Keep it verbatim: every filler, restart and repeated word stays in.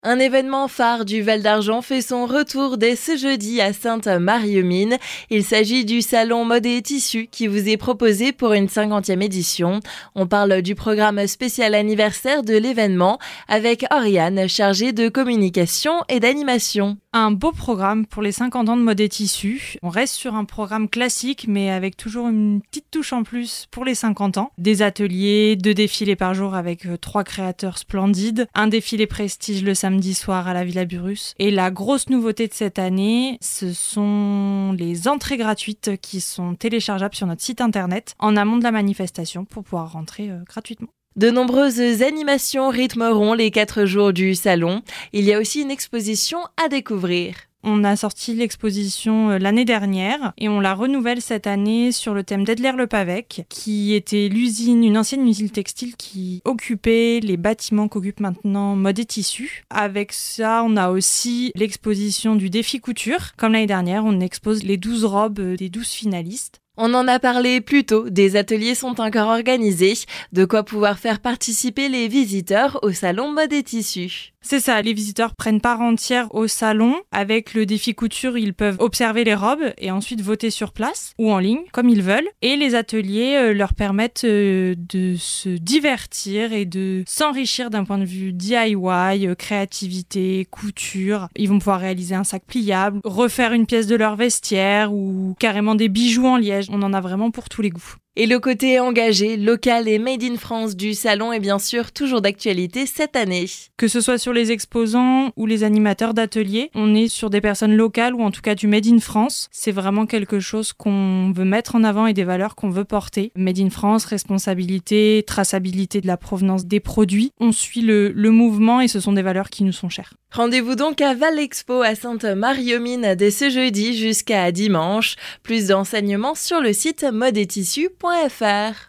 Un événement phare du Val d'Argent fait son retour dès ce jeudi à Sainte-Marie-aux-Mines. Il s'agit du salon mode et tissus qui vous est proposé pour une cinquantième édition. On parle du programme spécial anniversaire de l'événement avec Oriane, chargée de communication et d'animation. Un beau programme pour les cinquante ans de mode et tissus. On reste sur un programme classique mais avec toujours une petite touche en plus pour les cinquante ans. Des ateliers, deux défilés par jour avec trois créateurs splendides, un défilé prestige le samedi soir à la Villa Burrus. Et la grosse nouveauté de cette année, ce sont les entrées gratuites qui sont téléchargeables sur notre site internet en amont de la manifestation pour pouvoir rentrer euh, gratuitement. De nombreuses animations rythmeront les quatre jours du salon. Il y a aussi une exposition à découvrir. On a sorti l'exposition l'année dernière et on la renouvelle cette année sur le thème d'Edler-le-Pavec, qui était l'usine, une ancienne usine textile qui occupait les bâtiments qu'occupe maintenant Mode et Tissus. Avec ça, on a aussi l'exposition du défi couture. Comme l'année dernière, on expose les douze robes des douze finalistes. On en a parlé plus tôt, des ateliers sont encore organisés, de quoi pouvoir faire participer les visiteurs au salon Mode et Tissus. C'est ça, les visiteurs prennent part entière au salon. Avec le défi couture, ils peuvent observer les robes et ensuite voter sur place ou en ligne, comme ils veulent. Et les ateliers euh, leur permettent euh, de se divertir et de s'enrichir d'un point de vue D I Y, euh, créativité, couture. Ils vont pouvoir réaliser un sac pliable, refaire une pièce de leur vestiaire ou carrément des bijoux en liège. On en a vraiment pour tous les goûts. Et le côté engagé, local et made in France du salon est bien sûr toujours d'actualité cette année. Que ce soit sur les exposants ou les animateurs d'ateliers, on est sur des personnes locales ou en tout cas du made in France. C'est vraiment quelque chose qu'on veut mettre en avant et des valeurs qu'on veut porter. Made in France, responsabilité, traçabilité de la provenance des produits. On suit le, le mouvement et ce sont des valeurs qui nous sont chères. Rendez-vous donc à Val Expo à Sainte-Marie-aux-Mines dès ce jeudi jusqu'à dimanche. Plus d'enseignements sur le site mode et tissus point f r.